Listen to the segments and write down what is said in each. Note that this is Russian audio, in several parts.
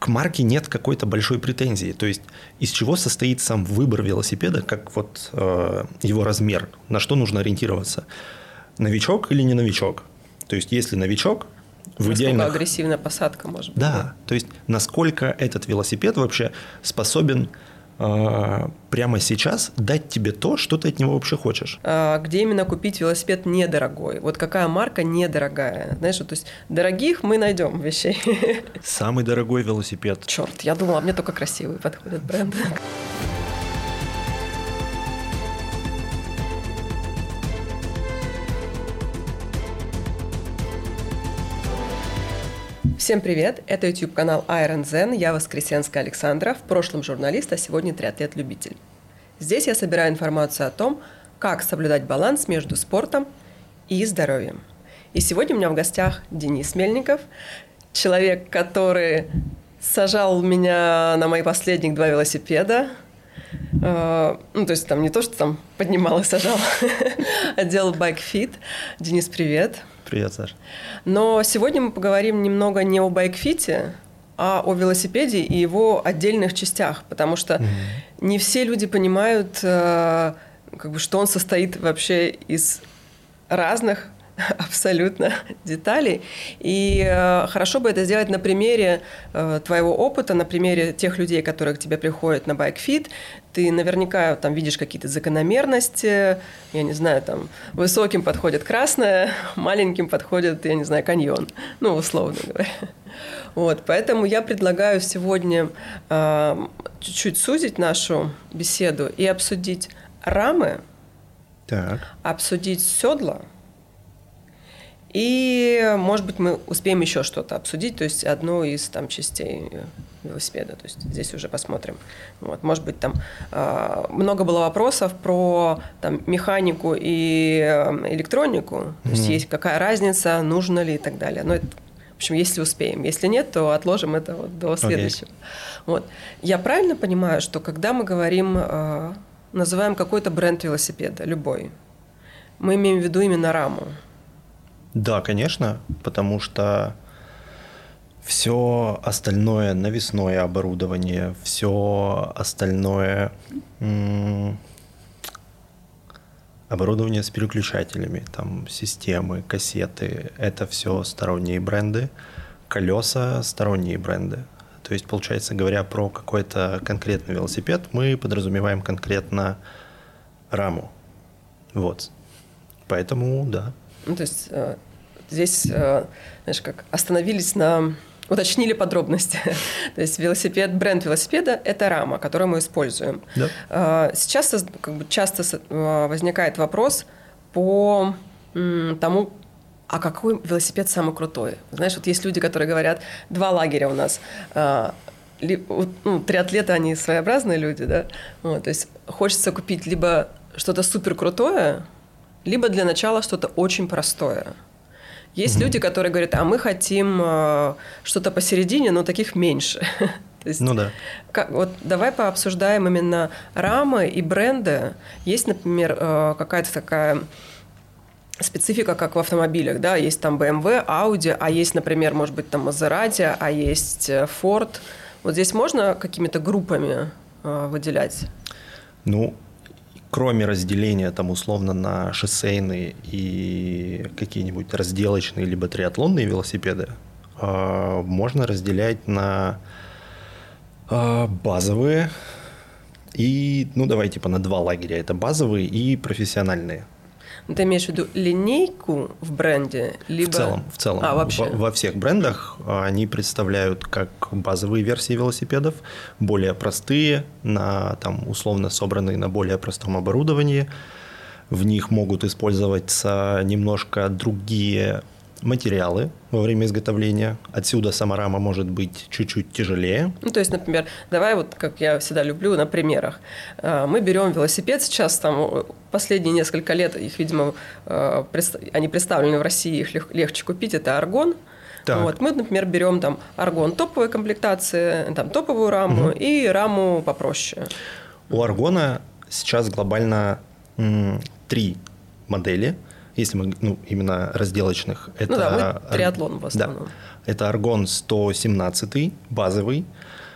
к марке нет какой-то большой претензии. То есть, из чего состоит сам выбор велосипеда, как вот его размер, на что нужно ориентироваться. Новичок или не новичок? То есть, если новичок, насколько агрессивная посадка может быть. Да, то есть, насколько этот велосипед вообще способен прямо сейчас дать тебе то, что ты от него вообще хочешь. Где именно купить велосипед недорогой? Вот какая марка недорогая? Знаешь, то есть дорогих мы найдем вещей. Самый дорогой велосипед. Черт, я думала, мне только красивые подходят бренды. Всем привет! Это YouTube-канал Iron Zen. Я Воскресенская Александра, в прошлом журналист, а сегодня триатлет-любитель. Здесь я собираю информацию о том, как соблюдать баланс между спортом и здоровьем. И сегодня у меня в гостях Денис Мельников, человек, который сажал меня на мои последних 2 велосипеда. То есть там не то, что там поднимал и сажал, а делал байк-фит. Денис, привет! Привет, Саша. Но сегодня мы поговорим немного не о байк-фите, а о велосипеде и его отдельных частях, потому что не все люди понимают, что он состоит вообще из разных абсолютно деталей. И хорошо бы это сделать на примере твоего опыта, на примере тех людей, которые к тебе приходят на байк-фит. Ты наверняка там видишь какие-то закономерности, я не знаю, там высоким подходит красное, маленьким подходит, я не знаю, каньон, условно говоря. Вот, поэтому я предлагаю сегодня чуть-чуть сузить нашу беседу и обсудить рамы, обсудить седла, и, может быть, мы успеем еще что-то обсудить, то есть одну из там частей велосипеда. То есть здесь уже посмотрим. Вот, может быть, там много было вопросов про там, механику и электронику. То есть какая разница, нужно ли и так далее. Но это, в общем, если успеем. Если нет, то отложим это вот до следующего. Вот. Я правильно понимаю, что когда мы говорим, называем какой-то бренд велосипеда, любой, мы имеем в виду именно раму? Да, конечно, потому что все остальное навесное оборудование, все остальное оборудование с переключателями, там системы, кассеты, это все сторонние бренды, колеса сторонние бренды. То есть, получается, говоря про какой-то конкретный велосипед, мы подразумеваем конкретно раму. Вот. Поэтому, да. То есть здесь, знаешь, как остановились уточнили подробности. То есть бренд велосипеда – это рама, которую мы используем. Да. Сейчас часто возникает вопрос по тому, а какой велосипед самый крутой? Знаешь, вот есть люди, которые говорят, 2 лагеря у нас. Триатлеты, они своеобразные люди, да? Вот, то есть хочется купить либо что-то супер крутое, либо для начала что-то очень простое. Есть люди, которые говорят, а мы хотим что-то посередине, но таких меньше. То есть, да. Вот давай пообсуждаем именно рамы и бренды. Есть, например, какая-то такая специфика, как в автомобилях. Да? Есть там BMW, Audi, а есть, например, может быть, там Maserati, а есть Ford. Вот здесь можно какими-то группами выделять? Кроме разделения там условно на шоссейные и какие-нибудь разделочные либо триатлонные велосипеды, можно разделять на базовые и, давай на 2 лагеря. Это базовые и профессиональные. Ты имеешь в виду линейку в бренде? Либо... В целом. Вообще? Во всех брендах они представляют как базовые версии велосипедов, более простые, условно собранные на более простом оборудовании. В них могут использоваться немножко другие материалы во время изготовления. Отсюда сама рама может быть чуть-чуть тяжелее. То есть, например, давай как я всегда люблю, на примерах. Мы берем велосипед, сейчас там последние несколько лет их, видимо, они представлены в России, их легче купить, это аргон. Вот. Мы, например, берем там аргон топовой комплектации, там топовую раму и раму попроще. У аргона сейчас глобально 3 модели. если мы, именно разделочных, это... мы триатлон в основном. Да, это аргон 117 базовый,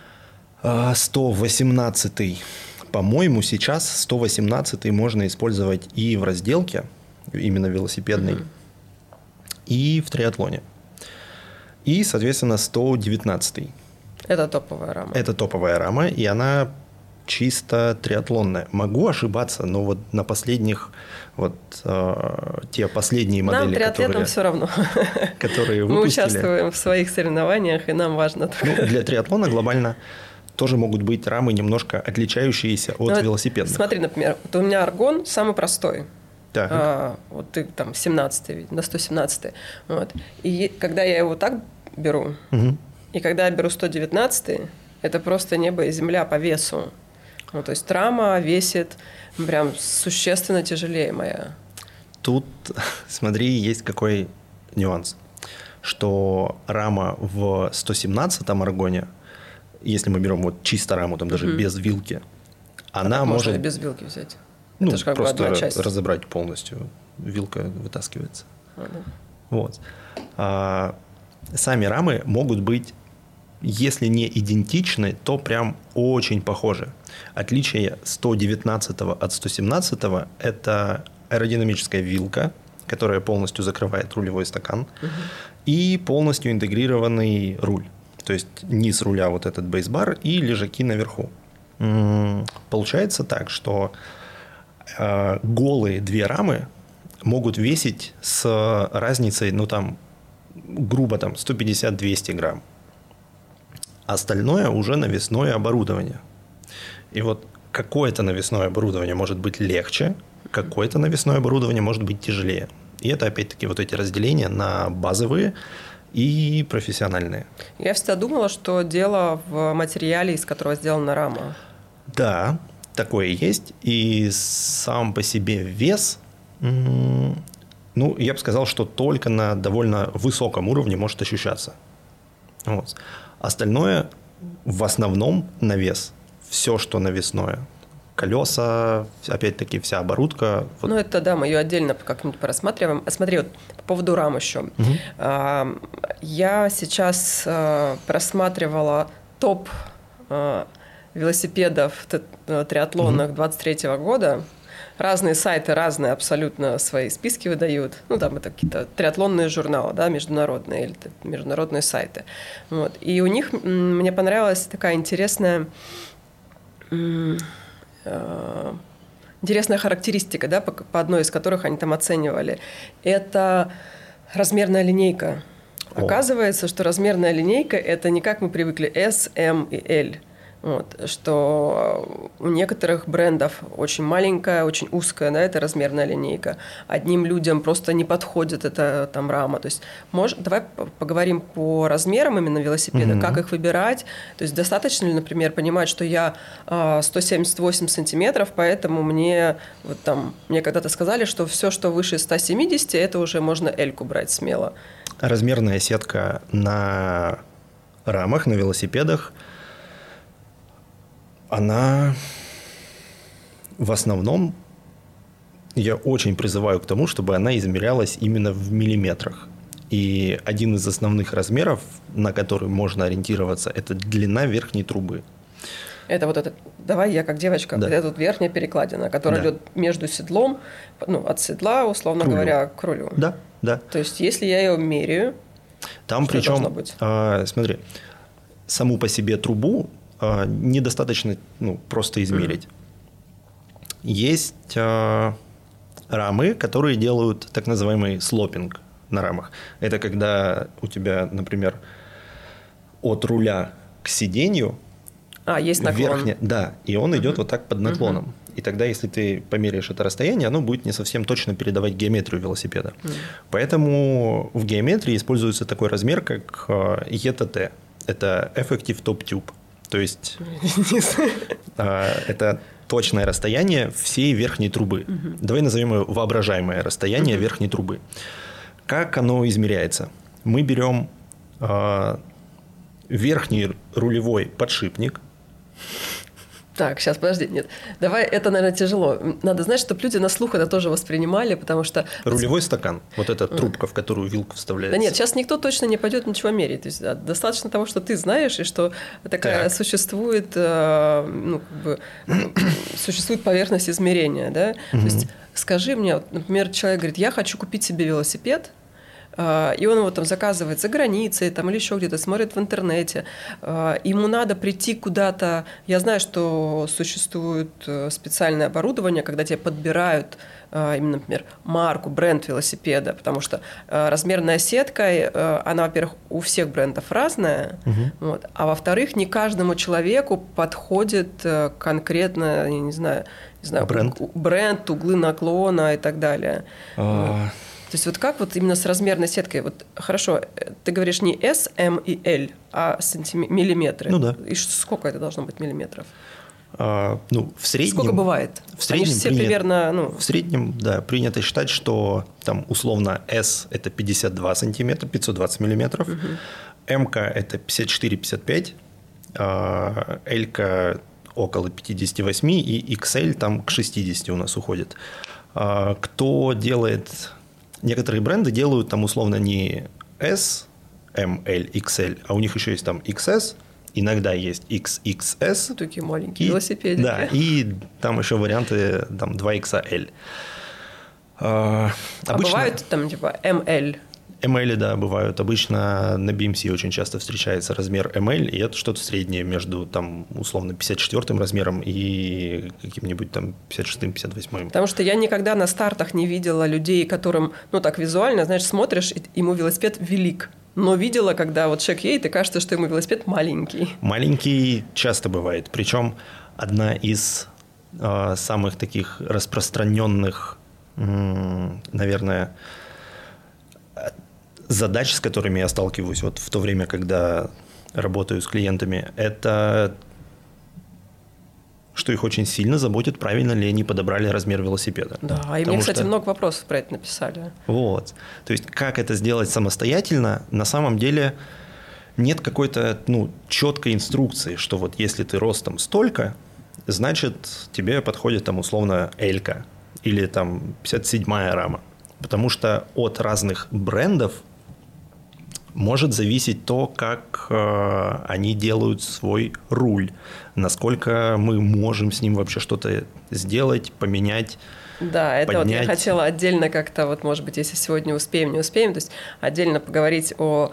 118, по-моему, сейчас 118 можно использовать и в разделке, именно велосипедной, и в триатлоне. И, соответственно, 119. Это топовая рама. Это топовая рама, и она чисто триатлонная. Могу ошибаться, но вот на последних, те последние модели, нам, триатлетам, все равно. Которые выпустили. Мы участвуем в своих соревнованиях, и нам важно. Для триатлона глобально тоже могут быть рамы, немножко отличающиеся от велосипедных. Смотри, например, у меня аргон самый простой. Так. Вот ты там 17-й, на 117-й. Вот. И когда я его так беру, и когда я беру 119-й, это просто небо и земля по весу. То есть рама весит прям существенно тяжелее моя. Тут, смотри, есть какой нюанс, что рама в 117-м аргоне, если мы берем чисто раму, там даже без вилки, она может... Можно и без вилки взять. Это же как просто бы одна часть. разобрать полностью. Вилка вытаскивается. Да. Вот. Сами рамы могут быть, если не идентичны, то прям очень похожи. Отличие 119 от 117 – это аэродинамическая вилка, которая полностью закрывает рулевой стакан, и полностью интегрированный руль. То есть низ руля вот этот бейсбар и лежаки наверху. Получается так, что голые две рамы могут весить с разницей, грубо 150-200 грамм. Остальное уже навесное оборудование. И какое-то навесное оборудование может быть легче, какое-то навесное оборудование может быть тяжелее. И это опять-таки эти разделения на базовые и профессиональные. Я всегда думала, что дело в материале, из которого сделана рама. Да, такое есть. И сам по себе вес, я бы сказал, что только на довольно высоком уровне может ощущаться. Вот. Остальное в основном на вес. Все, что навесное. Колеса, опять-таки, вся оборудка. Это да, мы ее отдельно как-нибудь порассматриваем. Смотри, по поводу рам еще. Я сейчас просматривала топ велосипедов триатлонных 23-го года. Разные сайты, разные абсолютно свои списки выдают. Там это какие-то триатлонные журналы, да, международные или международные сайты. Вот. И у них мне понравилась такая интересная характеристика, да, по одной из которых они там оценивали. Это размерная линейка. Оказывается, что размерная линейка – это не как мы привыкли S, M и L. Что у некоторых брендов очень маленькая, очень узкая, да, это размерная линейка. Одним людям просто не подходит эта рама. То есть, давай поговорим по размерам именно велосипеда, как их выбирать. То есть достаточно ли, например, понимать, что я 178 сантиметров, поэтому мне когда-то сказали, что все, что выше 170, это уже можно L-ку брать смело. Размерная сетка на рамах, на велосипедах, она в основном, я очень призываю к тому, чтобы она измерялась именно в миллиметрах. И один из основных размеров, на который можно ориентироваться, это длина верхней трубы. Это давай я как девочка, да. Это верхняя перекладина, которая идет между седлом, от седла, условно говоря, к рулю. Да, да. То есть, если я ее меряю, там что причем, должно быть? Смотри, саму по себе трубу недостаточно просто измерить. Есть рамы, которые делают так называемый слопинг на рамах. Это когда у тебя, например, от руля к сиденью есть наклон. Да, и он идет вот так под наклоном. И тогда, если ты померяешь это расстояние, оно будет не совсем точно передавать геометрию велосипеда. Поэтому в геометрии используется такой размер, как ETT. Это Effective Top Tube. То есть это точное расстояние всей верхней трубы. Давай назовем ее воображаемое расстояние верхней трубы. Как оно измеряется? Мы берем верхний рулевой подшипник, Так, сейчас, подожди, нет. Давай, это, наверное, тяжело. Надо знать, чтобы люди на слух это тоже воспринимали, потому что... Рулевой стакан, вот эта трубка, в которую вилка вставляется. Да нет, сейчас никто точно не пойдет ничего мерить. То есть, да, достаточно того, что ты знаешь, и что такая существует, существует поверхность измерения. Да? То есть, скажи мне, вот, например, человек говорит, я хочу купить себе велосипед, и он его там заказывает за границей там, или еще где-то, смотрит в интернете. Ему надо прийти куда-то. Я знаю, что существует специальное оборудование, когда тебе подбирают именно, например, марку, бренд велосипеда, потому что размерная сетка, она, во-первых, у всех брендов разная, вот, а во-вторых, не каждому человеку подходит конкретно, я не знаю бренд, углы наклона и так далее. То есть вот как вот именно с размерной сеткой? Вот хорошо, ты говоришь не S, M и L, а миллиметры. Ну да. И сколько это должно быть миллиметров? В среднем... Сколько бывает? В среднем, все примерно... В среднем, да, принято считать, что там условно S – это 52 сантиметра, 520 миллиметров, M-ка – это 54-55, L-ка – около 58, и XL там к 60 у нас уходит. Кто делает... Некоторые бренды делают там условно не S, M, L, XL, а у них еще есть там XS, иногда есть XXS. Такие маленькие велосипедики. Да, и там еще варианты там 2XL. Обычно, бывают там типа ML? ML, да, бывают. Обычно на BMC очень часто встречается размер ML, и это что-то среднее между там условно 54 размером и каким-нибудь там 56-58. Потому что я никогда на стартах не видела людей, которым, так визуально, знаешь, смотришь, и ему велосипед велик. Но видела, когда вот человек едет, и кажется, что ему велосипед маленький. Маленький часто бывает. Причем одна из самых таких распространенных, наверное, задач, с которыми я сталкиваюсь вот в то время, когда работаю с клиентами, это что их очень сильно заботит, правильно ли они подобрали размер велосипеда. Да, и мне, кстати, много вопросов про это написали. Вот. То есть, как это сделать самостоятельно, на самом деле нет какой-то четкой инструкции, что вот если ты ростом столько, значит, тебе подходит там условно L-ка или там 57-я рама. Потому что от разных брендов может зависеть то, как они делают свой руль, насколько мы можем с ним вообще что-то сделать, поменять. Да, это поднять. Вот я хотела отдельно как-то, вот, может быть, если сегодня успеем, не успеем, то есть отдельно поговорить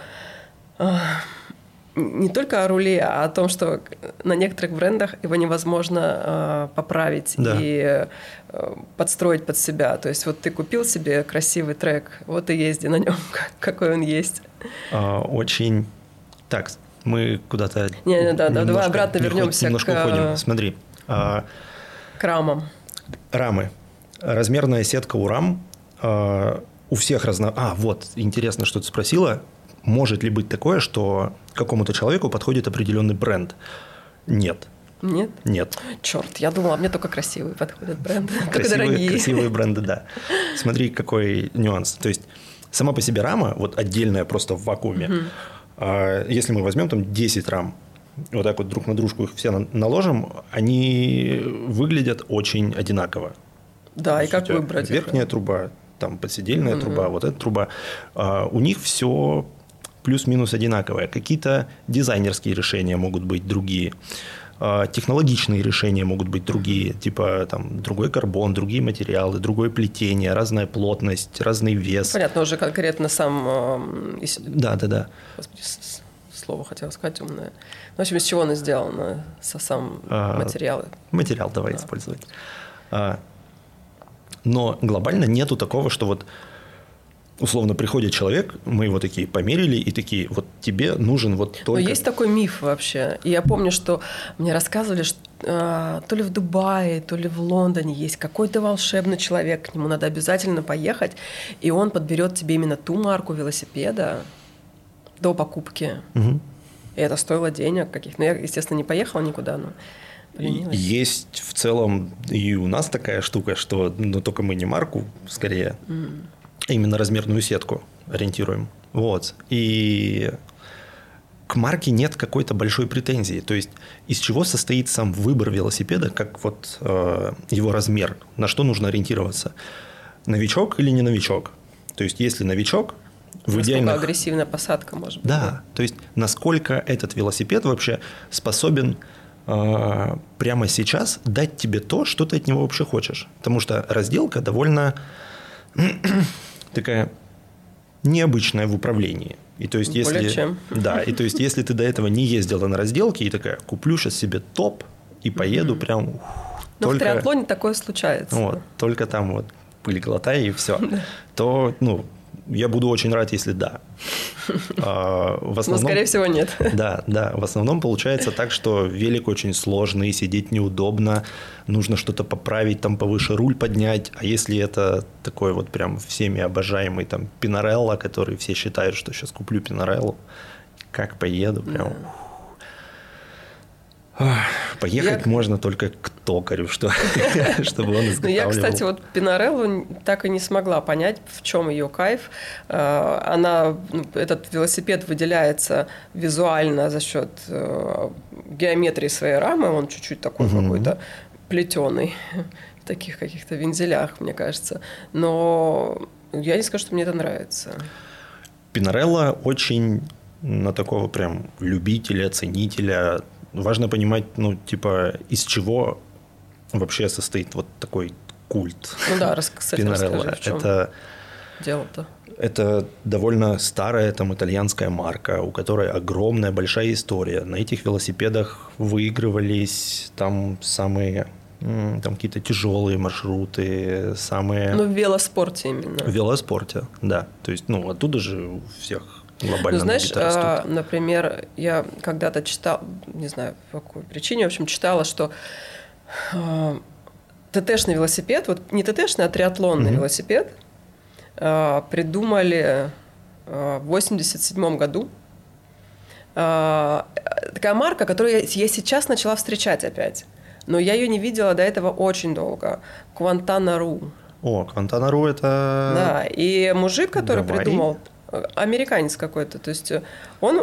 не только о руле, а о том, что на некоторых брендах его невозможно поправить и подстроить под себя. То есть вот ты купил себе красивый трек, вот и езди на нем, какой он есть. Очень... Так, мы куда-то... Давай обратно вернемся немножко уходим. Смотри. К рамам. Рамы. Размерная сетка у рам у всех вот, интересно, что ты спросила. Может ли быть такое, что какому-то человеку подходит определенный бренд? Нет. Нет? Нет. Черт, я думала, мне только красивые подходят бренды. Только дорогие. Красивые бренды, да. Смотри, какой нюанс. То есть, сама по себе рама, вот отдельная просто в вакууме, если мы возьмем там 10 рам, вот так вот друг на дружку их все наложим, они выглядят очень одинаково. Да, и как выбрать? Верхняя труба, там подседельная труба, вот эта труба. У них все плюс-минус одинаковое. Какие-то дизайнерские решения могут быть другие. Технологичные решения могут быть другие. Типа там другой карбон, другие материалы, другое плетение, разная плотность, разный вес. Понятно, уже конкретно сам... Да. Господи, слово хотела сказать умное. В общем, из чего оно сделано? Сам материалы. Материал давай использовать. Но глобально нету такого, что вот условно приходит человек, мы его такие померили и такие, вот тебе нужен вот только... Но есть такой миф вообще. И я помню, что мне рассказывали, что то ли в Дубае, то ли в Лондоне есть какой-то волшебный человек, к нему надо обязательно поехать, и он подберет тебе именно ту марку велосипеда до покупки. Угу. И это стоило денег каких-то. Но я, естественно, не поехала никуда, но... Есть в целом и у нас такая штука, что только мы не марку, скорее, именно размерную сетку ориентируем. Вот. И к марке нет какой-то большой претензии. То есть из чего состоит сам выбор велосипеда, как вот его размер, на что нужно ориентироваться? Новичок или не новичок? То есть если новичок, в идеальных... агрессивная посадка может быть. Да, то есть насколько этот велосипед вообще способен прямо сейчас дать тебе то, что ты от него вообще хочешь. Потому что разделка довольно такая необычная в управлении. И то есть, если, чем. Да, и то есть, если ты до этого не ездила на разделке и такая, куплю сейчас себе топ и поеду прям... Но в триатлоне такое случается. Вот, только там вот пыль глотай и все. То, я буду очень рад, если да. В основном, но, скорее всего, нет. Да. В основном получается так, что велик очень сложный, сидеть неудобно, нужно что-то поправить, там повыше руль поднять. А если это такой вот прям всеми обожаемый там Пинарелло, который все считают, что сейчас куплю Пинареллу, как поеду, прям... Поехать можно только к токарю, чтобы он изготавливал. Я, кстати, вот Пинареллу так и не смогла понять, в чем ее кайф. Этот велосипед выделяется визуально за счет геометрии своей рамы. Он чуть-чуть такой какой-то плетеный, в таких каких-то вензелях, мне кажется. Но я не скажу, что мне это нравится. Пинарелло очень на такого прям любителя, ценителя. Важно понимать, из чего вообще состоит вот такой культ. Кстати, Пинарелло. расскажи, в чем дело-то. Это довольно старая итальянская марка, у которой огромная, большая история. На этих велосипедах выигрывались там самые какие-то тяжелые маршруты, самые... в велоспорте именно. В велоспорте, да. То есть, оттуда же у всех... Знаешь, например, я когда-то читала, не знаю по какой причине, в общем, читала, что ТТ-шный велосипед, вот не ТТ-шный, а триатлонный велосипед придумали в 1987 году. Такая марка, которую я сейчас начала встречать опять, но я ее не видела до этого очень долго. Quantana-Roo. Quantana-Roo это... Да, и мужик, который придумал... Американец какой-то. То есть он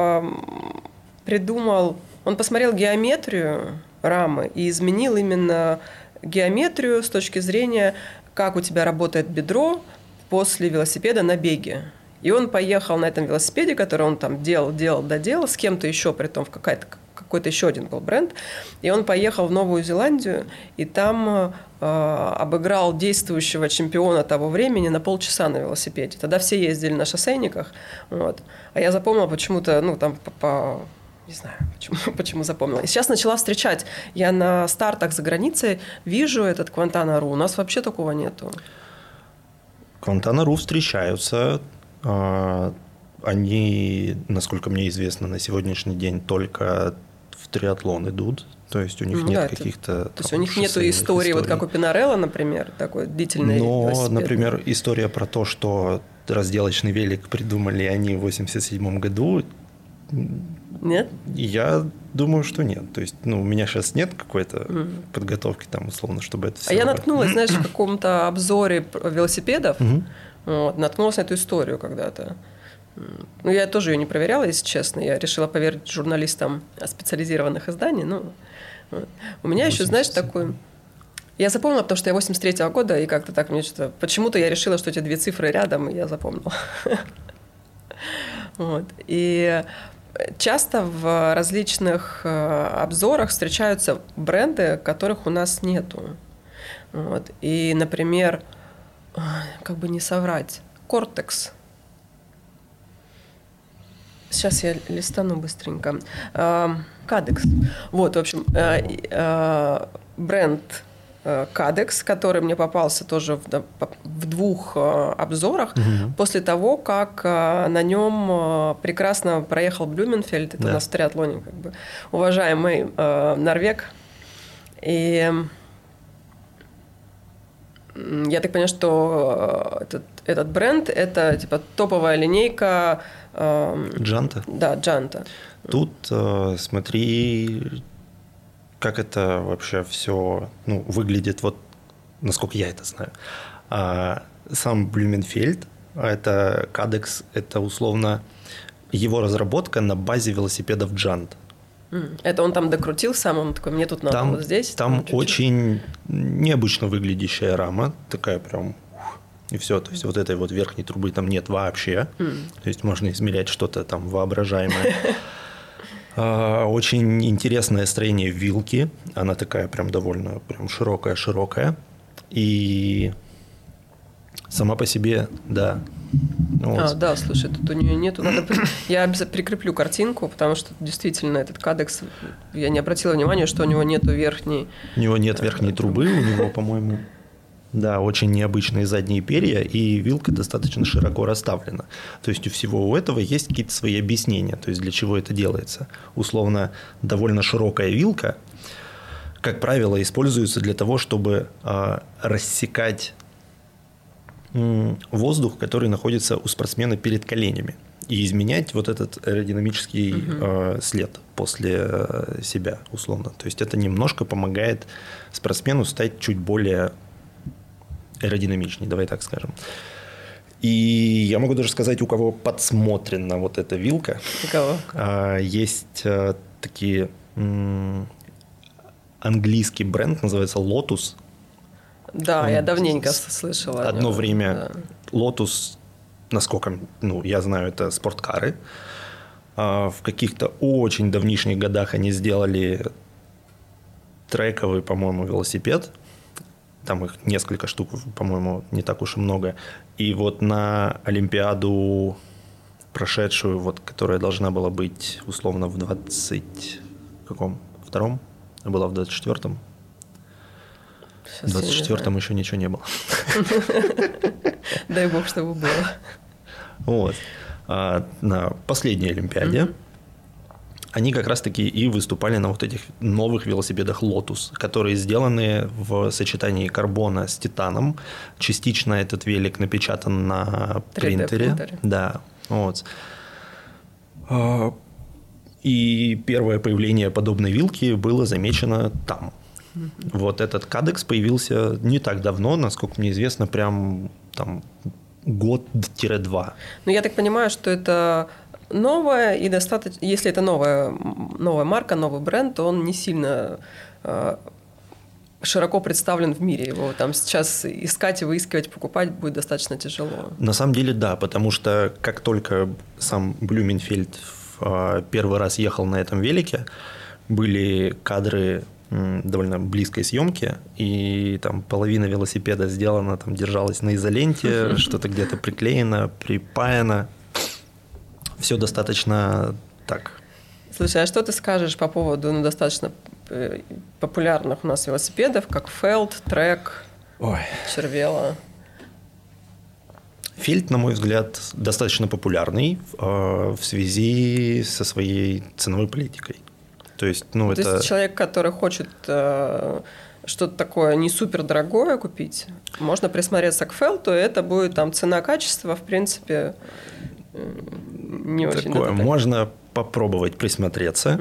он посмотрел геометрию рамы и изменил именно геометрию с точки зрения, как у тебя работает бедро после велосипеда на беге. И он поехал на этом велосипеде, который он там доделал с кем-то еще, при том какой-то еще один был бренд. И он поехал в Новую Зеландию и там обыграл действующего чемпиона того времени на полчаса на велосипеде. Тогда все ездили на шоссейниках. Вот. А я запомнила почему-то, не знаю, почему запомнила. И сейчас начала встречать. Я на стартах за границей вижу этот Quantana-Roo. У нас вообще такого нету. Quantana-Roo встречаются. Они, насколько мне известно, на сегодняшний день только в триатлон идут. То есть у них нет каких-то... То есть у них нету истории, вот как у Пинарелло, например, такой длительный велосипед. Например, история про то, что разделочный велик придумали они в 1987 году. Нет? Я думаю, что нет. То есть, у меня сейчас нет какой-то подготовки там, условно, чтобы это все... я наткнулась, знаешь, в каком-то обзоре велосипедов, наткнулась на эту историю когда-то. Я тоже ее не проверяла, если честно. Я решила поверить журналистам специализированных изданий. У меня еще, знаешь, такой... Я запомнила, потому что я 83-го года, и как-то так мне что-то... Почему-то я решила, что эти две цифры рядом, и я запомнила. И часто в различных обзорах встречаются бренды, которых у нас нету. И, например, как бы не соврать, Cortex. Сейчас я листану быстренько. Cadex. В общем, бренд Cadex, который мне попался тоже в двух обзорах, после того, как на нем прекрасно проехал Блюменфельд, это у нас в триатлоне, как бы, уважаемый норвег. И я так понимаю, что этот бренд – это типа топовая линейка Джанта? Да, Джанта. Тут смотри, как это вообще все выглядит, вот насколько я это знаю. Сам Блюменфельд, это Cadex, это условно его разработка на базе велосипедов Janт. Это он там докрутил сам, он такой, мне тут надо Там, вот здесь. Там очень необычно выглядящая рама, такая прям, и все. То есть вот этой вот верхней трубы там нет вообще. То есть можно измерять что-то там воображаемое. Очень интересное строение вилки. Она такая прям довольно прям широкая. И сама по себе, да. Вот. Да, слушай, тут у нее нету. Я прикреплю картинку, потому что действительно этот кадекс, я не обратила внимания, что у него нету верхней. У него нет верхней трубы, у него, по-моему, да, очень необычные задние перья, и вилка достаточно широко расставлена. То есть у всего у этого есть какие-то свои объяснения, то есть для чего это делается. Условно, довольно широкая вилка, как правило, используется для того, чтобы рассекать воздух, который находится у спортсмена перед коленями, и изменять вот этот аэродинамический след после себя, условно. То есть это немножко помогает спортсмену стать чуть более аэродинамичнее, давай так скажем. И я могу даже сказать, у кого подсмотрена вот эта вилка. У кого? Есть такие английский бренд, называется Lotus. Да, я давненько слышала. Одно время Lotus, насколько я знаю, это спорткары. В каких-то очень давнишних годах они сделали трековый, по-моему, велосипед. Там их несколько штук, по-моему, не так уж и много. И вот на Олимпиаду прошедшую, вот, которая должна была быть условно в 22-м, была в 24-м. В 24-м еще ничего не было. Дай бог, чтобы было. Вот. На последней Олимпиаде они как раз-таки и выступали на вот этих новых велосипедах Lotus, которые сделаны в сочетании карбона с титаном. Частично этот велик напечатан на принтере. Да. Вот. И первое появление подобной вилки было замечено там. Вот этот кадекс появился не так давно, насколько мне известно, прям там год-2. Ну, я так понимаю, что это новое и достаточно... Если это новая марка, новый бренд, то он не сильно широко представлен в мире. Его там сейчас искать, выискивать, покупать будет достаточно тяжело. На самом деле, да, потому что как только сам Блюменфельд первый раз ехал на этом велике, были кадры довольно близкой съемки, и там половина велосипеда сделана, там держалась на изоленте, что-то где-то приклеено, припаяно. Все достаточно так. Слушай, а что ты скажешь по поводу достаточно популярных у нас велосипедов, как Фелд, Трек, Червела? Фельд, на мой взгляд, достаточно популярный в связи со своей ценовой политикой. То есть, То есть человек, который хочет что-то такое не супер дорогое купить, можно присмотреться к Фелту, и это будет там цена-качество, в принципе, не очень. Такое можно попробовать присмотреться.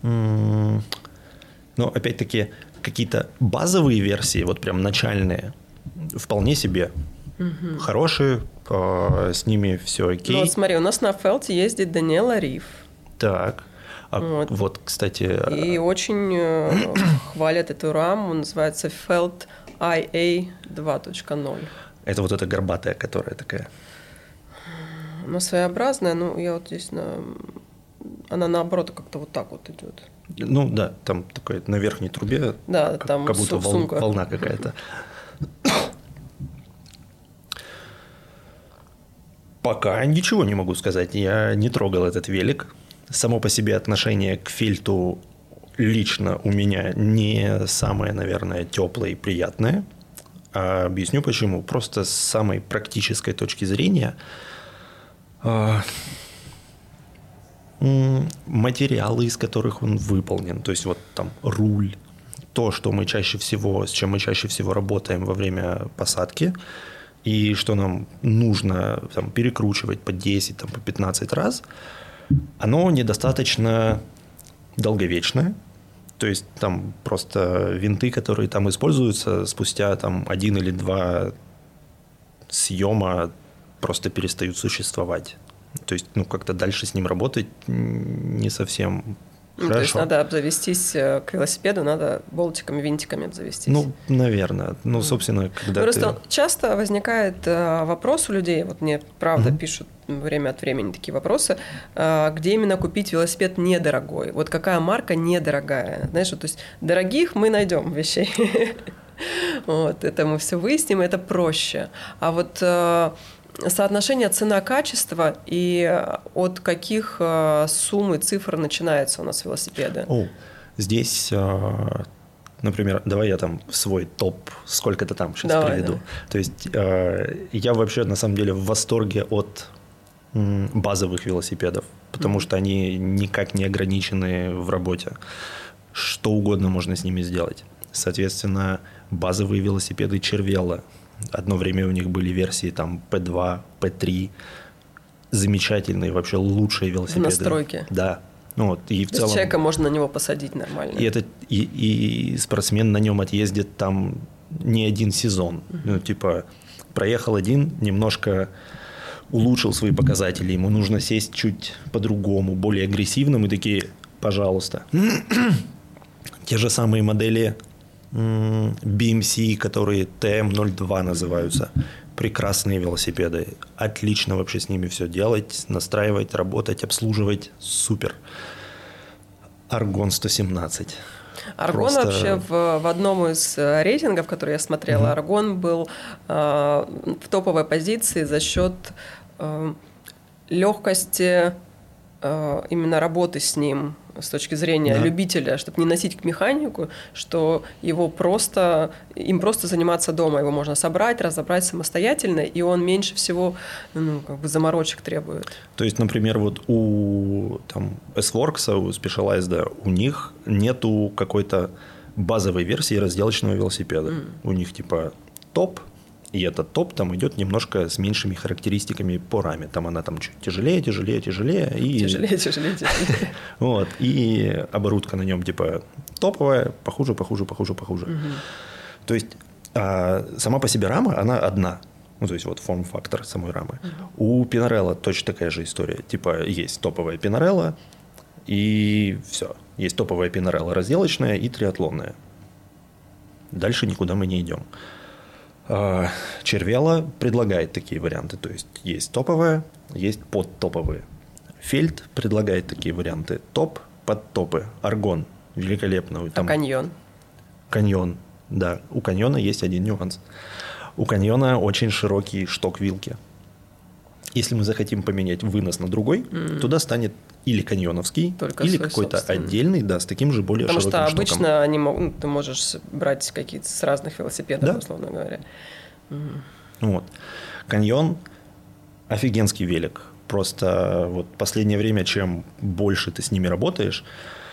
Но опять-таки какие-то базовые версии, вот прям начальные, вполне себе хорошие, с ними все окей. Ну вот смотри, у нас на Фелте ездит Даниэла Риф. Так. Вот, кстати... И очень хвалят эту раму, называется Felt IA 2.0. Это вот эта горбатая, которая такая? Она своеобразная, но я вот здесь... Она наоборот как-то вот так вот идет. Ну да, там такой на верхней трубе, да, там как будто волна какая-то. Пока ничего не могу сказать. Я не трогал этот велик. Само по себе отношение к Фельту лично у меня не самое, наверное, теплое и приятное. Объясню почему. Просто с самой практической точки зрения материалы, из которых он выполнен, то есть вот там руль, то, что мы чаще всего, с чем мы чаще всего работаем во время посадки, и что нам нужно там перекручивать по 10, там, по 15 раз, оно недостаточно долговечное. То есть там просто винты, которые там используются, спустя там 1 или 2 съема просто перестают существовать. То есть, как-то дальше с ним работать не совсем хорошо. То есть надо обзавестись к велосипеду, надо болтиками, винтиками обзавестись. Наверное. Собственно, когда Просто часто возникает вопрос у людей, вот мне правда пишут время от времени такие вопросы, где именно купить велосипед недорогой. Вот какая марка недорогая. Знаешь, то есть дорогих мы найдем вещей. Вот, это мы все выясним, это проще. А вот соотношение цена-качество и от каких сумм и цифр начинаются у нас велосипеды? Здесь, например, давай я там свой топ сколько-то там сейчас приведу. Да. То есть я вообще на самом деле в восторге от базовых велосипедов, потому что они никак не ограничены в работе. Что угодно можно с ними сделать. Соответственно, базовые велосипеды Cervelo. Одно время у них были версии там P2, P3. Замечательные, вообще лучшие велосипеды. В настройке. Да. И в целом... Человека можно на него посадить нормально. И спортсмен на нем отъездит там не один сезон. Проехал один, немножко улучшил свои показатели. Ему нужно сесть чуть по-другому, более агрессивным. И такие, пожалуйста. Те же самые модели BMC, которые TM02 называются. Прекрасные велосипеды. Отлично вообще с ними все делать, настраивать, работать, обслуживать. Супер. Аргон 117. Аргон вообще в одном из рейтингов, который я смотрела, Аргон был в топовой позиции за счет легкости именно работы с ним с точки зрения любителя, чтобы не носить к механику, что им просто заниматься дома. Его можно собрать, разобрать самостоятельно, и он меньше всего заморочек требует. То есть, например, вот у S-Works, у Specialized, у них нету какой-то базовой версии разделочного велосипеда. У них топ, и этот топ там идет немножко с меньшими характеристиками по раме. Там она чуть тяжелее. Тяжелее. И оборудка на нем топовая, похуже. То есть сама по себе рама, она одна. То есть форм-фактор самой рамы. У Pinarello точно такая же история. Есть топовая Pinarello, и все. Есть топовая Pinarello разделочная и триатлонная. Дальше никуда мы не идем. Cervelo предлагает такие варианты. То есть топовые, есть подтоповые. Фельд предлагает такие варианты. Топ, подтопы. Аргон. Великолепно. Каньон? Каньон, да. У каньона есть один нюанс. У каньона очень широкий шток вилки. Если мы захотим поменять вынос на другой, туда станет или каньоновский, только или какой-то отдельный, с таким же более широким штоком. Потому что обычно ты можешь брать какие-то с разных велосипедов, условно говоря. Каньон – офигенский велик. Просто последнее время, чем больше ты с ними работаешь,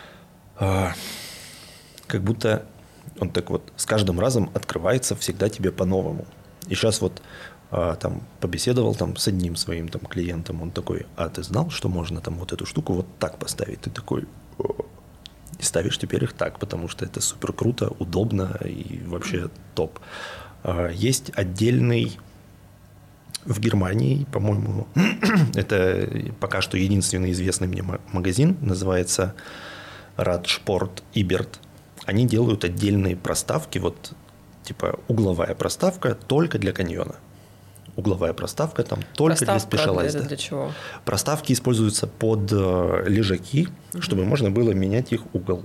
как будто он с каждым разом открывается всегда тебе по-новому. И сейчас побеседовал с одним своим клиентом, он такой: а ты знал, что можно эту штуку вот так поставить? Ты такой: и ставишь теперь их так, потому что это супер круто, удобно и вообще топ. Есть отдельный в Германии, по-моему, это пока что единственный известный мне магазин, называется Radsport Ibert. Они делают отдельные проставки, угловая проставка только для каньона. Угловая проставка только для Specialized. Это для чего? Проставки используются под лежаки, чтобы можно было менять их угол.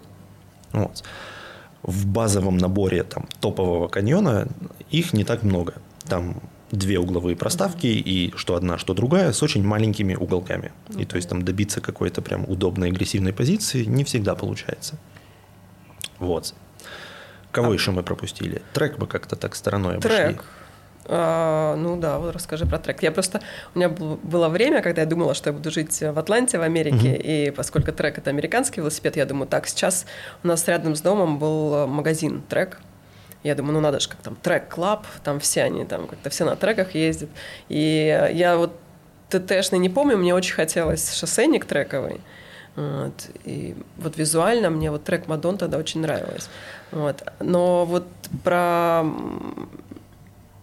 В базовом наборе топового каньона их не так много. Там 2 угловые проставки, и что одна, что другая, с очень маленькими уголками. И то есть добиться какой-то прям удобной агрессивной позиции не всегда получается. Кого еще мы пропустили? Трек мы как-то так стороной обошли. Трек. Расскажи про трек. У меня было время, когда я думала, что я буду жить в Атланте, в Америке, и поскольку трек – это американский велосипед, я думаю, сейчас у нас рядом с домом был магазин трек. Я думаю, надо же, как трек-клаб, там все они, как-то все на треках ездят. И я ТТшный не помню, мне очень хотелось шоссейник трековый. И визуально мне трек Мадон тогда очень нравилось. Но про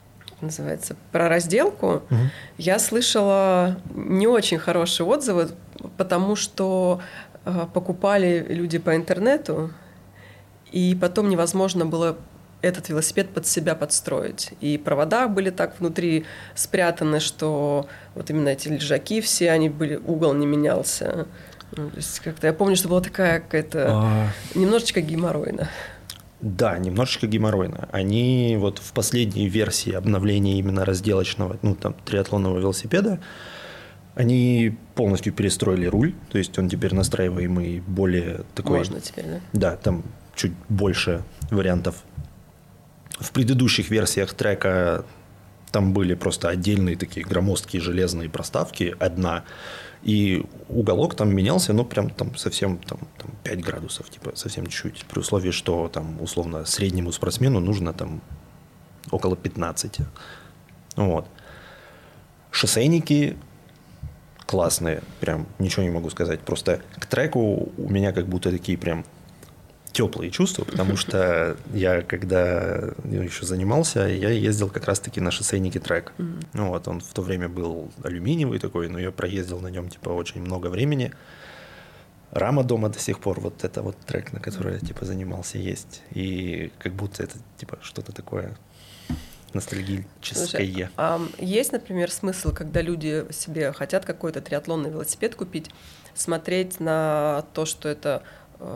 называется, про разделку, я слышала не очень хорошие отзывы, потому что покупали люди по интернету, и потом невозможно было этот велосипед под себя подстроить. И провода были так внутри спрятаны, что вот именно эти лежаки все, они были, угол не менялся. Ну, то есть как-то я помню, что была такая какая-то немножечко геморройно. Да, немножечко геморройно. Они вот в последней версии обновления именно разделочного, ну, там, триатлонного велосипеда, они полностью перестроили руль, то есть он теперь настраиваемый более такой... Можно теперь, да? Да, там чуть больше вариантов. В предыдущих версиях трека там были просто отдельные такие громоздкие железные проставки, одна, и уголок там менялся, ну, прям там совсем там 5 градусов, типа совсем чуть-чуть, при условии, что там условно среднему спортсмену нужно там около 15. Вот. Шоссейники классные, прям ничего не могу сказать. Просто к треку у меня как будто такие прям теплые чувства, потому что я, когда еще занимался, я ездил как раз-таки на шоссейнике трек. Ну, вот, он в то время был алюминиевый такой, но я проездил на нем типа очень много времени. Рама дома до сих пор, вот это вот трек, на который я типа занимался, есть. И как будто это типа что-то такое ностальгическое. Слушай, есть, например, смысл, когда люди себе хотят какой-то триатлонный велосипед купить, смотреть на то, что это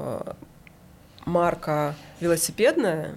марка велосипедная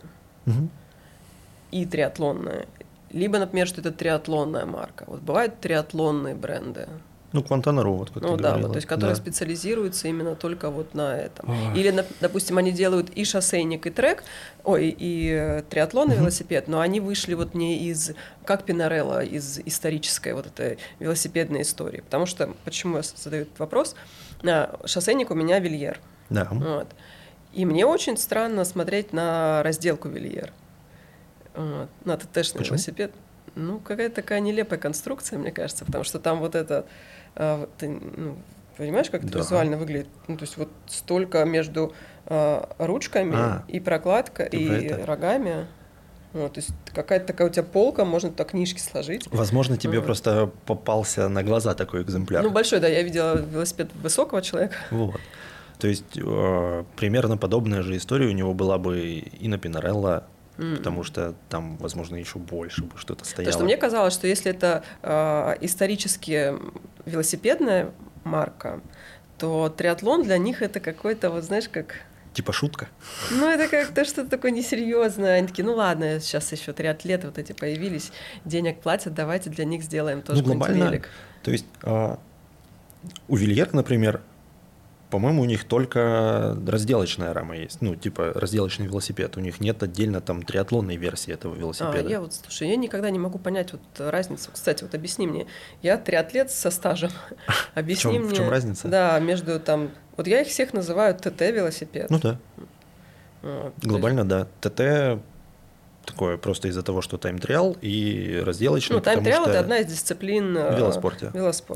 и триатлонная, либо, например, что это триатлонная марка. Вот бывают триатлонные бренды. Ну, Квантана.ру, вот как ты говорила. Вот, то есть, которые специализируются именно только вот на этом. Или, допустим, они делают и шоссейник, и трек, и триатлонный велосипед, но они вышли вот не из, как Пинарелло, из исторической вот этой велосипедной истории. Потому что, почему я задаю этот вопрос, шоссейник у меня Вильер. Да. Вот. И мне очень странно смотреть на разделку Вильер. Вот. На ТТ-шный велосипед. Ну, какая-то такая нелепая конструкция, мне кажется, потому что там вот это... Ты, понимаешь, как это визуально выглядит? Ну, то есть вот столько между ручками и прокладка, и рогами. Вот, то есть какая-то такая у тебя полка, можно туда книжки сложить. Возможно, тебе просто попался на глаза такой экземпляр. Ну, большой, да, я видела велосипед высокого человека. Вот. То есть примерно подобная же история у него была бы и на Пинарелло, потому что там, возможно, еще больше бы что-то стояло. Потому что мне казалось, что если это исторически велосипедная марка, то триатлон для них это какой-то, вот знаешь, как... Типа шутка? Ну, это как-то что-то такое несерьезное. Они такие, ну ладно, сейчас еще триатлеты вот эти появились, денег платят, давайте для них сделаем тоже какой-нибудь велик. То есть у Вильер, например, по-моему, у них только разделочная рама есть. Ну, типа разделочный велосипед. У них нет отдельно там триатлонной версии этого велосипеда. Слушай, я никогда не могу понять вот разницу. Кстати, вот объясни мне. Я триатлет со стажем. Объясни мне. В чем разница? Да, между там... Вот я их всех называю ТТ-велосипед. Ну да. Глобально, да. ТТ такое просто из-за того, что тайм-триал и разделочный. Ну, тайм-триал – это одна из дисциплин в велоспорте.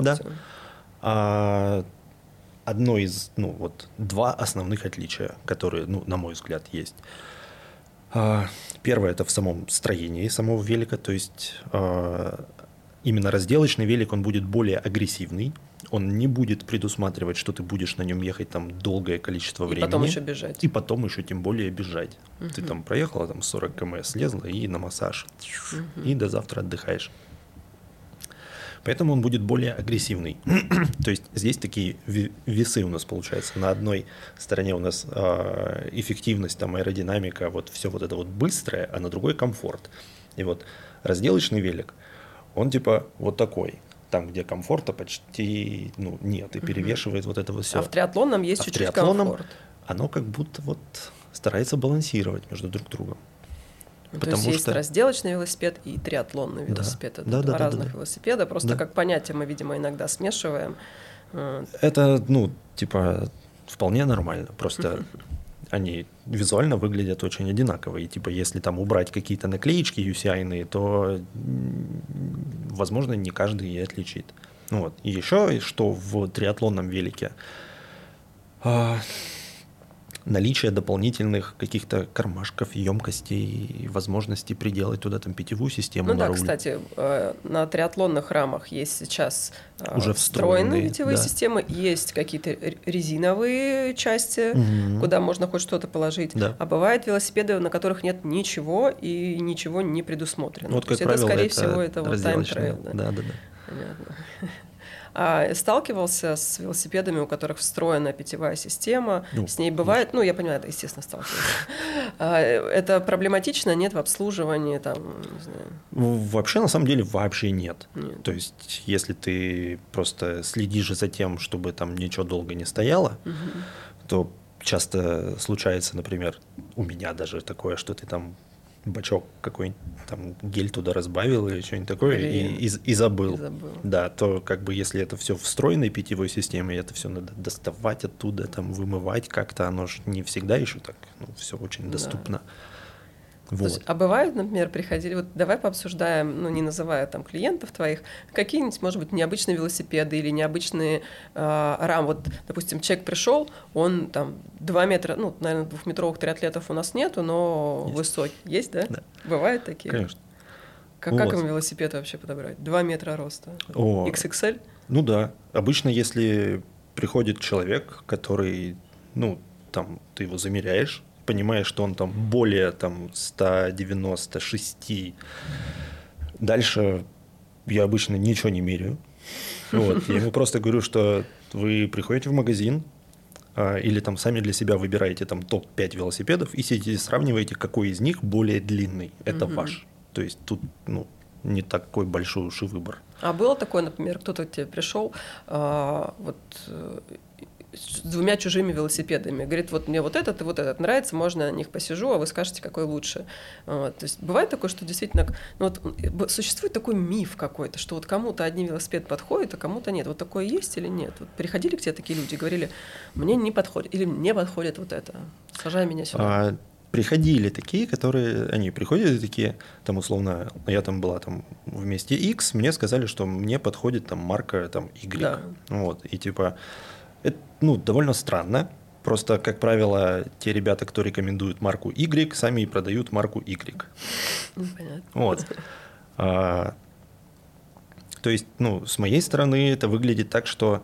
Да. Одно из, два основных отличия, которые, на мой взгляд, есть. Первое – это в самом строении самого велика, то есть именно разделочный велик, он будет более агрессивный, он не будет предусматривать, что ты будешь на нем ехать там долгое количество времени. И потом еще бежать. И потом еще тем более бежать. Ты там проехала там 40 км, слезла и на массаж, и до завтра отдыхаешь. Поэтому он будет более агрессивный. То есть здесь такие весы у нас получается. На одной стороне у нас эффективность, там, аэродинамика, вот все вот это вот быстрое, а на другой комфорт. И вот разделочный велик, он типа вот такой. Там, где комфорта почти нет, и перевешивает вот это вот все. А в триатлонном есть чуть-чуть комфорт. Оно как будто вот старается балансировать между друг другом. То есть есть разделочный велосипед и триатлонный велосипед. Это два разных велосипеда. Просто как понятие мы, видимо, иногда смешиваем. Это, вполне нормально. Просто они визуально выглядят очень одинаково. И если там убрать какие-то наклеечки UCI-ные, то, возможно, не каждый и отличит. И еще, что в триатлонном велике наличие дополнительных каких-то кармашков, емкостей, возможности приделать туда там питьевую систему. Ну да, кстати, на триатлонных рамах есть сейчас уже встроенные питьевые системы, есть какие-то резиновые части, куда можно хоть что-то положить, а бывают велосипеды, на которых нет ничего и ничего не предусмотрено. Вот, как правило, скорее всего, это вот тайм-трейл. Да. Понятно. А сталкивался с велосипедами, у которых встроена питьевая система? С ней бывает, я понимаю, это, естественно, сталкивался. Это проблематично? Нет в обслуживании? Там, не знаю. Вообще, на самом деле, вообще нет. То есть, если ты просто следишь за тем, чтобы там ничего долго не стояло, то часто случается, например, у меня даже такое, что ты там бачок какой-нибудь, там гель туда разбавил или что-нибудь такое и забыл. Да, то как бы если это все в встроенной питьевой системе, это все надо доставать оттуда, там вымывать как-то, оно же не всегда еще так, все очень доступно. Вот. Есть, бывают, например, приходили, вот давай пообсуждаем, не называя там клиентов твоих, какие-нибудь, может быть, необычные велосипеды или необычные рамы. Вот, допустим, человек пришел, он там 2 метра, наверное, 2-метровых триатлетов у нас нету, но есть. Высокий. Есть, да? Да. Бывают такие? Конечно. Как им велосипед вообще подобрать? 2 метра роста. XXL? Ну да. Обычно, если приходит человек, который, там, ты его замеряешь, понимаешь, что он там более там 196. Дальше я обычно ничего не меряю. Вот. Я ему просто говорю, что вы приходите в магазин или там сами для себя выбираете там топ-5 велосипедов и сидите сравниваете, какой из них более длинный. Это ваш. То есть тут не такой большой уж и выбор. А было такое, например, кто-то к тебе пришел с 2 чужими велосипедами. Говорит, вот мне вот этот и вот этот нравится, можно на них посижу, а вы скажете, какой лучше. То есть бывает такое, что действительно существует такой миф какой-то, что вот кому-то один велосипед подходит, а кому-то нет. Вот такое есть или нет? Вот приходили к тебе такие люди, говорили, мне не подходит, или мне подходит вот это, сажай меня сюда. Приходили такие, они приходят и такие, там условно, я там была там вместе X, мне сказали, что мне подходит там марка там Y. Да. Вот, и типа это, довольно странно. Просто, как правило, те ребята, кто рекомендуют марку Y, сами и продают марку Y. Понятно. Вот. То есть, с моей стороны это выглядит так, что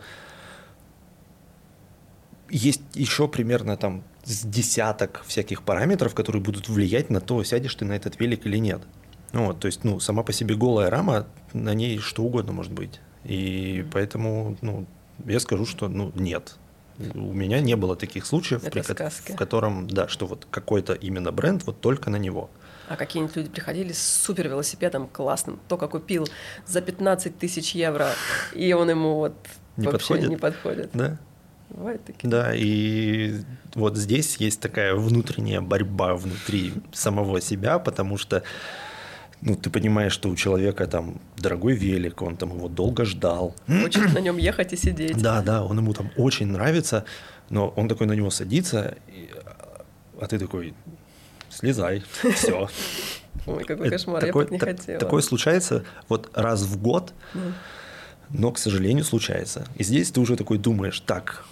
есть еще примерно там с десяток всяких параметров, которые будут влиять на то, сядешь ты на этот велик или нет. То есть, сама по себе голая рама, на ней что угодно может быть. И поэтому, я скажу, что нет. У меня не было таких случаев, в котором, да, что вот какой-то именно бренд, вот только на него. А какие-нибудь люди приходили с супер велосипедом классным, только купил за 15 тысяч евро, и он ему вообще не подходит. Да. Бывают такие. Да, и вот здесь есть такая внутренняя борьба внутри самого себя, потому что ты понимаешь, что у человека там дорогой велик, он там его долго ждал. Хочет на нем ехать и сидеть. Да, он ему там очень нравится, но он такой на него садится, а ты такой, слезай, все. Ой, какой кошмар, я бы не хотела. Такое случается вот раз в год, но, к сожалению, случается. И здесь ты уже такой думаешь, так,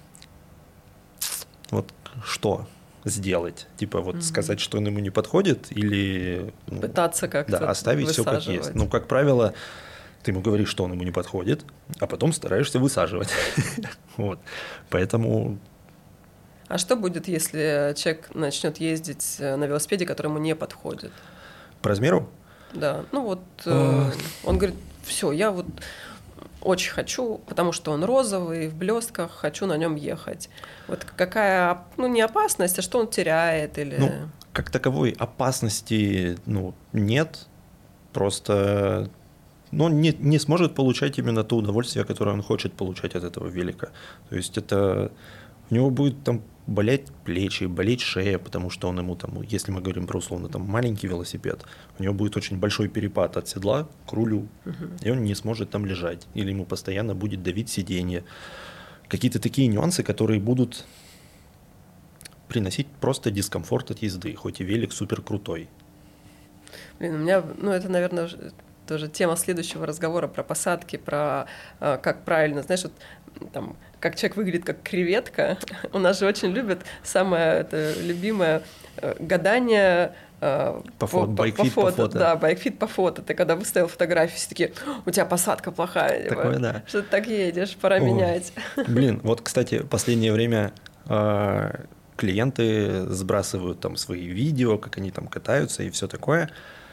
вот что сделать? Типа сказать, что он ему не подходит, или пытаться как-то оставить все как есть. Как правило, ты ему говоришь, что он ему не подходит, а потом стараешься высаживать. Вот. Поэтому... А что будет, если человек начнет ездить на велосипеде, который ему не подходит? По размеру? Да. Он говорит, все, я очень хочу, потому что он розовый, в блестках, хочу на нем ехать. Вот какая, не опасность, а что он теряет? Или... Как таковой опасности, нет. Просто не сможет получать именно то удовольствие, которое он хочет получать от этого велика. То есть у него будет там болеть плечи, болеть шея, потому что он ему там, если мы говорим про условно там маленький велосипед, у него будет очень большой перепад от седла к рулю, и он не сможет там лежать, или ему постоянно будет давить сиденье. Какие-то такие нюансы, которые будут приносить просто дискомфорт от езды, хоть и велик супер крутой. Блин, у меня, это, наверное, тоже тема следующего разговора про посадки, про как правильно, знаешь, там, как человек выглядит как креветка. У нас же очень любят самое это любимое гадание по фото. Да, байкфит по фото. Ты когда выставил фотографию, все такие, у тебя посадка плохая. Такое, да. Что ты так едешь, пора менять. Блин, вот, кстати, в последнее время клиенты сбрасывают там свои видео, как они там катаются и все такое.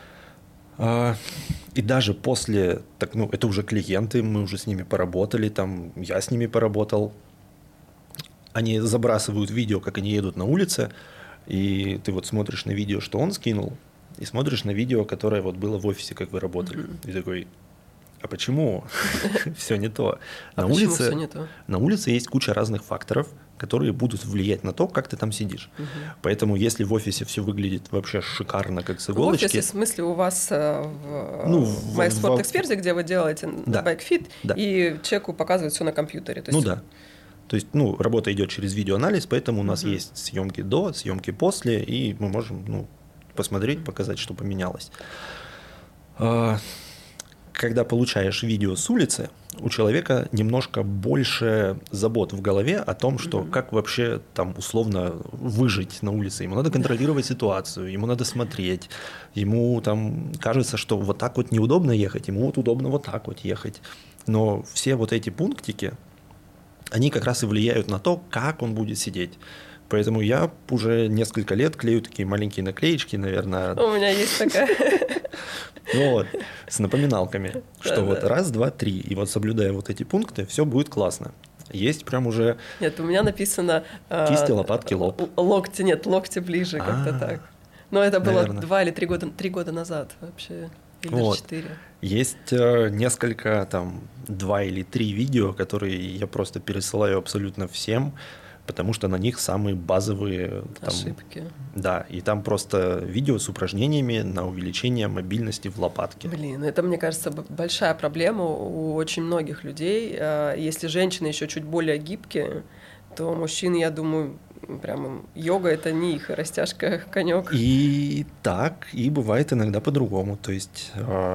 И даже после, так, ну, это уже клиенты, мы уже с ними поработали, там, я с ними поработал. Они забрасывают видео, как они едут на улице, и ты вот смотришь на видео, что он скинул, и смотришь на видео, которое вот было в офисе, как вы работали. И такой, а почему все не то? На улице есть куча разных факторов, которые будут влиять на то, как ты там сидишь. Поэтому если в офисе все выглядит вообще шикарно, как с иголочки... В офисе, в смысле, у вас в MySport Expert, где вы делаете байкфит, и человеку показывают все на компьютере. Ну да. То есть, ну, работа идет через видеоанализ, поэтому у нас есть съемки до, съемки после, и мы можем, ну, посмотреть, показать, что поменялось. Когда получаешь видео с улицы, у человека немножко больше забот в голове о том, что как вообще там условно выжить на улице. Ему надо контролировать ситуацию, ему надо смотреть, ему там кажется, что вот так вот неудобно ехать, ему вот удобно вот так вот ехать. Но все вот эти пунктики, они как раз и влияют на то, как он будет сидеть. Поэтому я уже несколько лет клею такие маленькие наклеечки, наверное. У меня есть такая. Вот, с напоминалками, что вот раз, два, три. И вот соблюдая вот эти пункты, все будет классно. Есть прям уже... Нет, у меня написано... Кисти, лопатки, лоб. Локти ближе, как-то так. Но это было 2 или 3 года назад вообще. Или даже 4. Есть несколько, там, 2 или 3 видео, которые я просто пересылаю абсолютно всем, потому что на них самые базовые там, ошибки. Да, и там просто видео с упражнениями на увеличение мобильности в лопатке. Блин, это, мне кажется, большая проблема у очень многих людей. Если женщины еще чуть более гибкие, то мужчины, я думаю, прям йога — это не их, растяжка — конек. И так, и бывает иногда по-другому. То есть...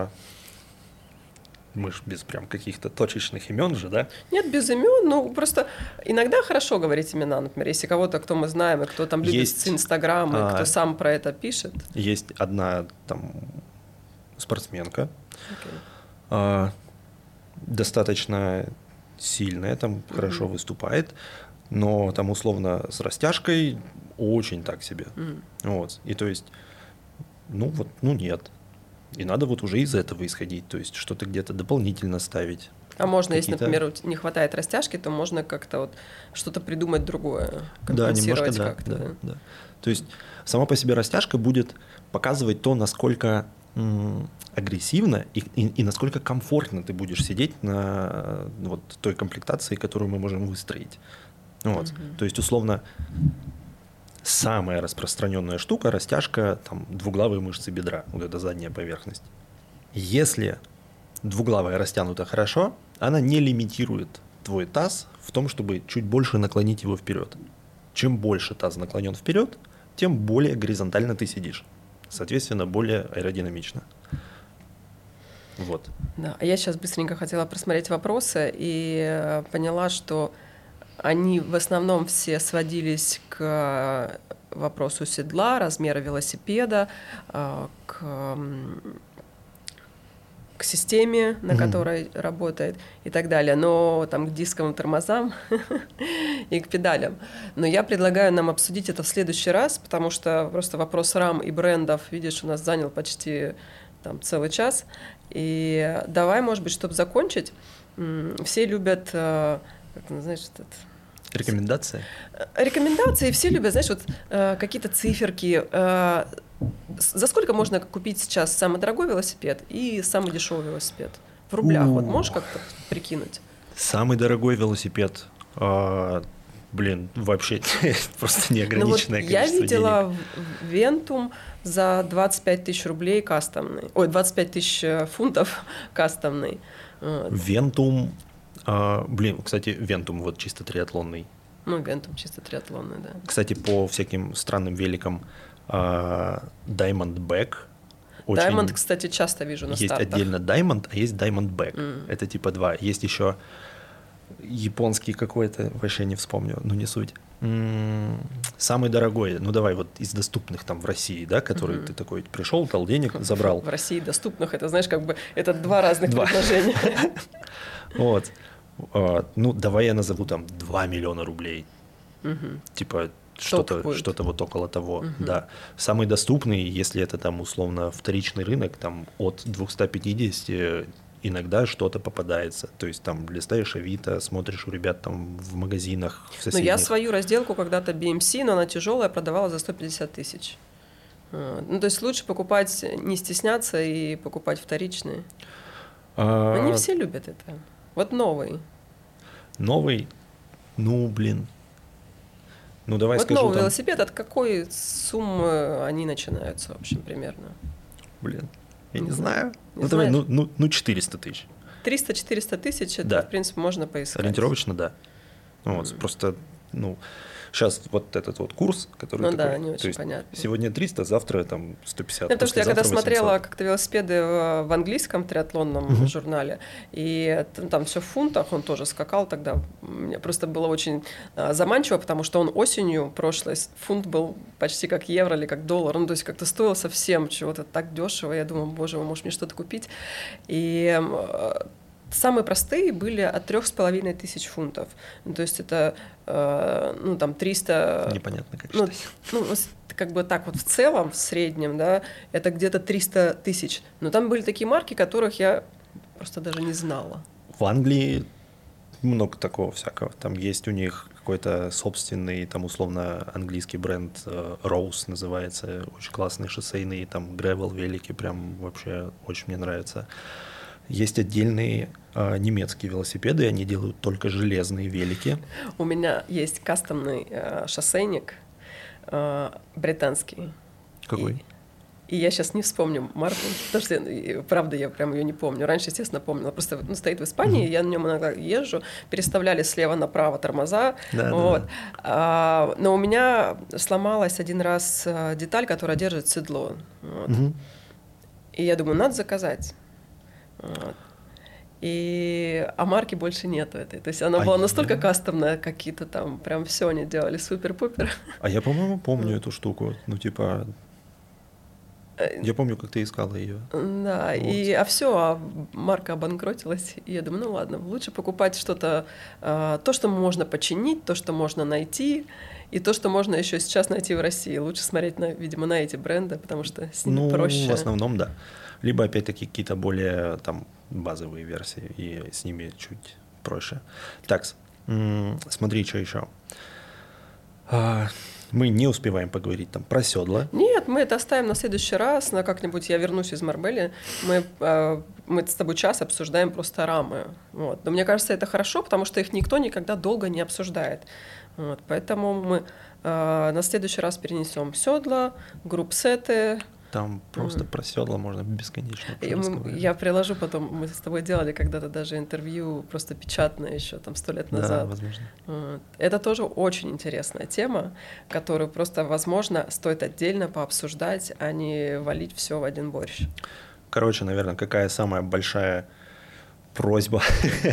Мы ж без прям каких-то точечных имен же, да? Нет, без имен, ну просто иногда хорошо говорить имена, например, если кого-то, кто мы знаем, и кто там любит с Инстаграма, и кто сам про это пишет. Есть одна там спортсменка, достаточно сильная, там хорошо выступает, но там условно с растяжкой очень так себе. Вот. И то есть, ну вот, ну нет. И надо вот уже из этого исходить, то есть что-то где-то дополнительно ставить. А можно, если, например, не хватает растяжки, то можно как-то вот что-то придумать другое, компенсировать как-то. Да. То есть сама по себе растяжка будет показывать то, насколько агрессивно и насколько комфортно ты будешь сидеть на вот той комплектации, которую мы можем выстроить. Вот. То есть условно самая распространенная штука – растяжка там, двуглавой мышцы бедра, вот эта задняя поверхность. Если двуглавая растянута хорошо, она не лимитирует твой таз в том, чтобы чуть больше наклонить его вперед. Чем больше таз наклонен вперед, тем более горизонтально ты сидишь. Соответственно, более аэродинамично. Вот. Да, а я сейчас быстренько хотела просмотреть вопросы и поняла, что они в основном все сводились к вопросу седла, размера велосипеда, к системе, на которой работает и так далее, но там к дисковым тормозам и к педалям. Но я предлагаю нам обсудить это в следующий раз, потому что просто вопрос рам и брендов, видишь, у нас занял почти там целый час. И давай, может быть, чтобы закончить, все любят, как, знаешь, этот... Рекомендации? Рекомендации. Все любят, знаешь, вот какие-то циферки. За сколько можно купить сейчас самый дорогой велосипед и самый дешевый велосипед? В рублях. Вот можешь как-то прикинуть? Самый дорогой велосипед... Блин, вообще просто неограниченное количество денег. Я видела денег. Вентум за 25 тысяч рублей кастомный. Ой, 25 тысяч фунтов кастомный. Вентум... блин, кстати, Вентум вот чисто триатлонный. Ну, Вентум чисто триатлонный, да. Кстати, по всяким странным великам Diamondback. Diamond, кстати, часто вижу на есть стартах. Есть отдельно Diamond, а есть Diamondback. Это типа два. Есть еще японский какой-то, вообще не вспомню, ну не суть. Самый дорогой, ну давай вот из доступных там в России, да, который ты такой пришел, дал денег, забрал. В России доступных, это знаешь, как бы это два разных предложения. Вот. Ну, давай я назову там 2 миллиона рублей. Типа что-то вот около того, да. Самый доступный, если это там условно вторичный рынок, там от 250 иногда что-то попадается. То есть там листаешь Авито, смотришь у ребят там в магазинах, в соседних. Ну, я свою разделку когда-то BMC, но она тяжелая, продавала за 150 тысяч. Ну, то есть лучше покупать, не стесняться и покупать вторичные. Но не все любят это. Вот новый. Новый? Ну, блин. Ну, давай вот скажу. Вот новый там... велосипед, от какой суммы они начинаются, в общем, примерно? Блин, я не знаю. Не давай, 400 тысяч. 300-400 тысяч, это, да. в принципе, можно поискать. Ориентировочно, да. Вот, просто, сейчас вот этот вот курс, который такой, да, не очень понятно. Сегодня 300, завтра там 150. Потому что я когда смотрела как-то велосипеды в английском триатлонном журнале, и там все в фунтах, он тоже скакал тогда. Мне просто было очень заманчиво, потому что он осенью прошлой, фунт был почти как евро или как доллар, ну то есть как-то стоил совсем чего-то так дешево. Я думаю, боже мой, может мне что-то купить. И самые простые были от 3500 фунтов. Ну, то есть это, там 300... Непонятно, как считать. Как бы так вот в целом, в среднем, да, это где-то 300 тысяч. Но там были такие марки, которых я просто даже не знала. В Англии много такого всякого. Там есть у них какой-то собственный, там условно английский бренд Rose называется. Очень классные шоссейные, там gravel велики, прям вообще очень мне нравится. Есть отдельные немецкие велосипеды, они делают только железные велики. У меня есть кастомный шоссейник британский. Какой? И я сейчас не вспомню марку, потому что, правда, я прям ее не помню. Раньше, естественно, помнила. Просто стоит в Испании, я на нем иногда езжу, переставляли слева направо тормоза. Да. Но у меня сломалась один раз деталь, которая держит седло. Вот. И я думаю, надо заказать. Вот. А марки больше нету этой. То есть она была настолько кастомная, какие-то там прям все они делали супер-пупер. А я, по-моему, помню эту штуку. Ну, типа... Я помню, как ты искала ее. Да, вот. А марка обанкротилась. И я думаю, ну ладно, лучше покупать что-то, то, что можно починить, то, что можно найти, и то, что можно еще сейчас найти в России. Лучше смотреть, видимо, на эти бренды, потому что с ними проще. В основном, да. Либо, опять-таки, какие-то более там базовые версии, и с ними чуть проще. Так, смотри, что еще. Мы не успеваем поговорить там про седла. Нет, мы это оставим на следующий раз, на как-нибудь я вернусь из Марбели, мы с тобой час обсуждаем просто рамы. Вот. Но мне кажется, это хорошо, потому что их никто никогда долго не обсуждает. Вот. Поэтому мы на следующий раз перенесем седла, групп-сеты. Там просто про седла можно бесконечно разговаривать. Я приложу потом, мы с тобой делали когда-то даже интервью, просто печатное еще там 100 лет назад. Да, возможно. Это тоже очень интересная тема, которую просто, возможно, стоит отдельно пообсуждать, а не валить все в один борщ. Короче, наверное, какая самая большая просьба?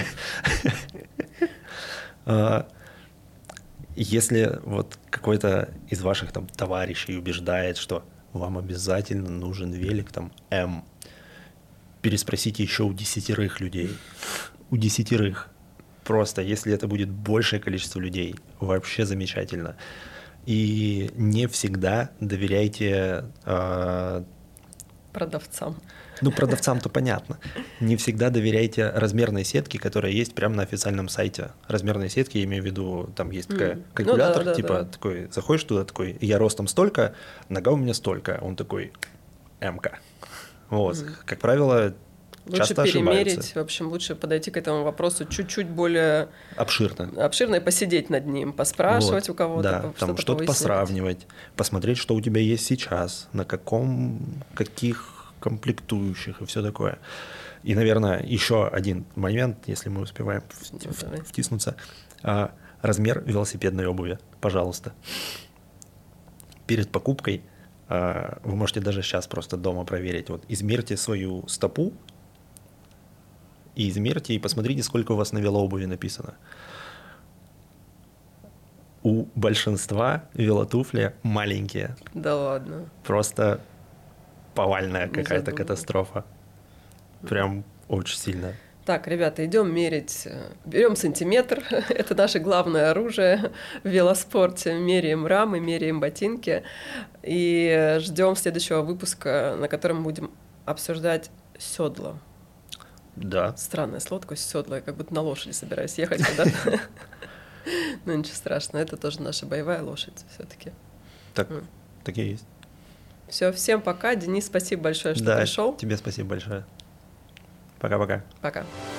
Если вот какой-то из ваших там товарищей убеждает, что вам обязательно нужен велик там М, переспросите еще у 10 людей. У 10. Просто, если это будет большее количество людей, вообще замечательно. И не всегда доверяйте... продавцам. Ну, продавцам-то понятно. Не всегда доверяйте размерной сетке, которая есть прямо на официальном сайте. Размерные сетки, я имею в виду, там есть такой калькулятор, такой, заходишь туда, такой, я ростом столько, нога у меня столько. Он такой, М-ка. Вот. Как правило, часто лучше перемерить, ошибаются. в общем, лучше подойти к этому вопросу чуть-чуть более обширно и посидеть над ним, поспрашивать у кого-то, да, там что-то посравнивать, посмотреть, что у тебя есть сейчас, на каких комплектующих и все такое. И, наверное, еще один момент, если мы успеваем втиснуться. Размер велосипедной обуви, пожалуйста. Перед покупкой вы можете даже сейчас просто дома проверить. Вот измерьте свою стопу и измерьте, и посмотрите, сколько у вас на велообуви написано. У большинства велотуфли маленькие. Да ладно. Просто повальная какая-то катастрофа. Прям очень сильно. Так, ребята, идем мерить. Берем сантиметр. Это наше главное оружие в велоспорте. Меряем рамы, меряем ботинки. И ждем следующего выпуска, на котором будем обсуждать седло. Да. Странное слово такое седло. Я как будто на лошади собираюсь ехать куда-то. Ну ничего страшного. Это тоже наша боевая лошадь все-таки. Так и есть. Все, всем пока. Денис, спасибо большое, что пришел. Тебе спасибо большое. Пока-пока. Пока.